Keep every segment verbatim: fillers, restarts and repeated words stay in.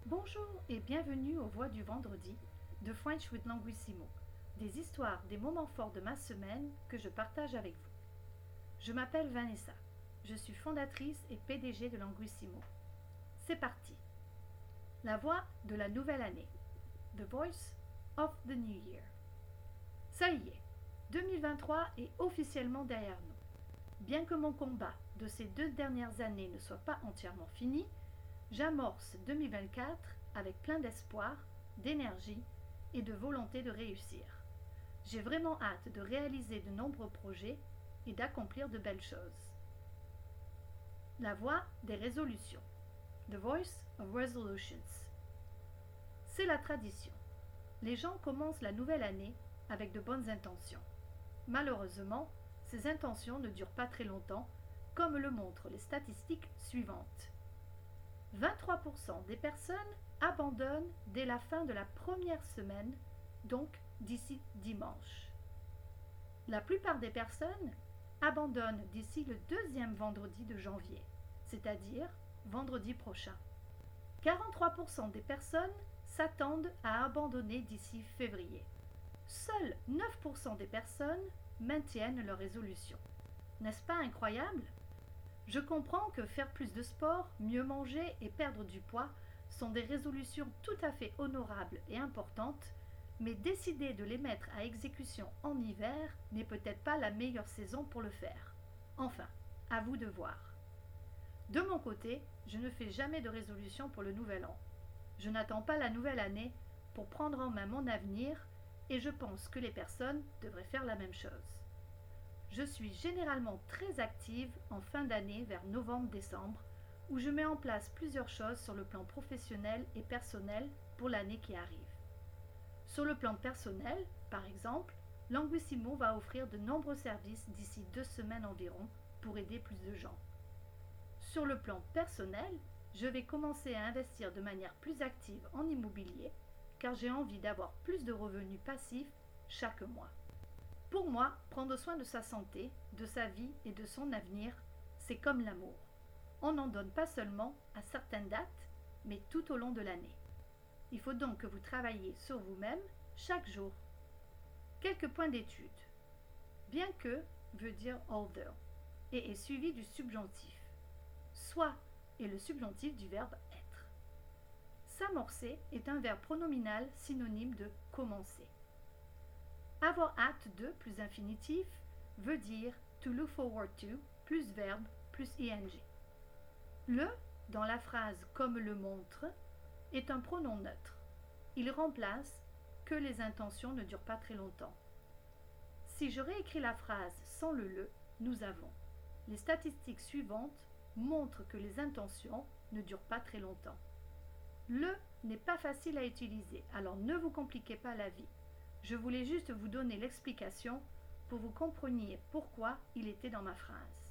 Bonjour et bienvenue aux Voix du Vendredi de French with Languissimo, des histoires, des moments forts de ma semaine que je partage avec vous. Je m'appelle Vanessa, je suis fondatrice et P D G de Languissimo. C'est parti. La voix de la nouvelle année, The Voice of the New Year. Ça y est, deux mille vingt-trois est officiellement derrière nous. Bien que mon combat de ces deux dernières années ne soit pas entièrement fini, j'amorce deux mille vingt-quatre avec plein d'espoir, d'énergie et de volonté de réussir. J'ai vraiment hâte de réaliser de nombreux projets et d'accomplir de belles choses. La voix des résolutions. The Voice of Resolutions. C'est la tradition. Les gens commencent la nouvelle année avec de bonnes intentions. Malheureusement, ces intentions ne durent pas très longtemps, comme le montrent les statistiques suivantes. vingt-trois pour cent des personnes abandonnent dès la fin de la première semaine, donc d'ici dimanche. La plupart des personnes abandonnent d'ici le deuxième vendredi de janvier, c'est-à-dire vendredi prochain. quarante-trois pour cent des personnes s'attendent à abandonner d'ici février. Seuls neuf pour cent des personnes maintiennent leur résolution. N'est-ce pas incroyable ? Je comprends que faire plus de sport, mieux manger et perdre du poids sont des résolutions tout à fait honorables et importantes, mais décider de les mettre à exécution en hiver n'est peut-être pas la meilleure saison pour le faire. Enfin, à vous de voir. De mon côté, je ne fais jamais de résolution pour le nouvel an. Je n'attends pas la nouvelle année pour prendre en main mon avenir et je pense que les personnes devraient faire la même chose. Je suis généralement très active en fin d'année vers novembre-décembre où je mets en place plusieurs choses sur le plan professionnel et personnel pour l'année qui arrive. Sur le plan personnel, par exemple, Languissimo va offrir de nombreux services d'ici deux semaines environ pour aider plus de gens. Sur le plan personnel, je vais commencer à investir de manière plus active en immobilier car j'ai envie d'avoir plus de revenus passifs chaque mois. Pour moi, prendre soin de sa santé, de sa vie et de son avenir, c'est comme l'amour. On n'en donne pas seulement à certaines dates, mais tout au long de l'année. Il faut donc que vous travailliez sur vous-même chaque jour. Quelques points d'étude. Bien que veut dire although et est suivi du subjonctif. Soit est le subjonctif du verbe être. S'amorcer est un verbe pronominal synonyme de commencer. Avoir hâte de plus infinitif veut dire to look forward to plus verbe plus ing. Le, dans la phrase comme le montre, est un pronom neutre. Il remplace que les intentions ne durent pas très longtemps. Si je réécris la phrase sans le le, nous avons. Les statistiques suivantes montrent que les intentions ne durent pas très longtemps. Le n'est pas facile à utiliser, alors ne vous compliquez pas la vie. Je voulais juste vous donner l'explication pour que vous compreniez pourquoi il était dans ma phrase.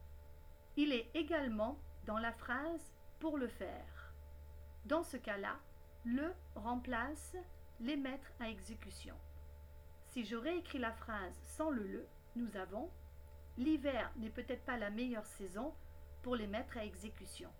Il est également dans la phrase pour le faire. Dans ce cas-là, le remplace les mettre à exécution. Si je réécris la phrase sans le le, nous avons l'hiver n'est peut-être pas la meilleure saison pour les mettre à exécution.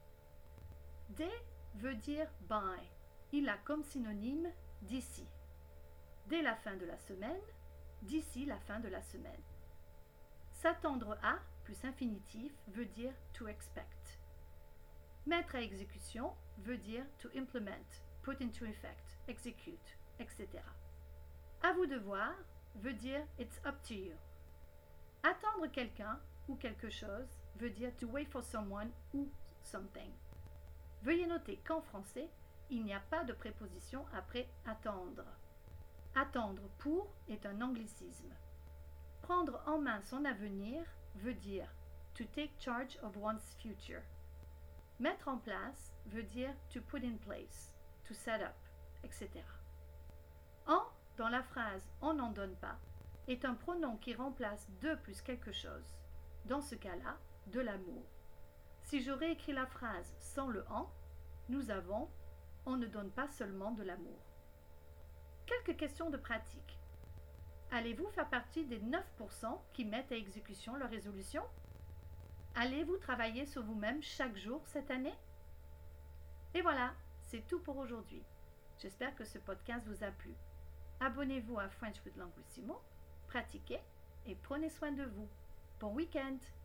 Dès veut dire by. Il a comme synonyme d'ici. Dès la fin de la semaine, d'ici la fin de la semaine. S'attendre à plus infinitif veut dire to expect. Mettre à exécution veut dire to implement, put into effect, execute, et cetera. À vous de voir veut dire it's up to you. Attendre quelqu'un ou quelque chose veut dire to wait for someone ou something. Veuillez noter qu'en français, il n'y a pas de préposition après attendre. Attendre pour est un anglicisme. Prendre en main son avenir veut dire to take charge of one's future. Mettre en place veut dire to put in place, to set up, et cetera. En, dans la phrase on n'en donne pas, est un pronom qui remplace de plus quelque chose. Dans ce cas-là, de l'amour. Si je réécris la phrase sans le en, nous avons on ne donne pas seulement de l'amour. Quelques questions de pratique. Allez-vous faire partie des neuf pour cent qui mettent à exécution leur résolution ? Allez-vous travailler sur vous-même chaque jour cette année ? Et voilà, c'est tout pour aujourd'hui. J'espère que ce podcast vous a plu. Abonnez-vous à French with Languissimo, pratiquez et prenez soin de vous. Bon week-end!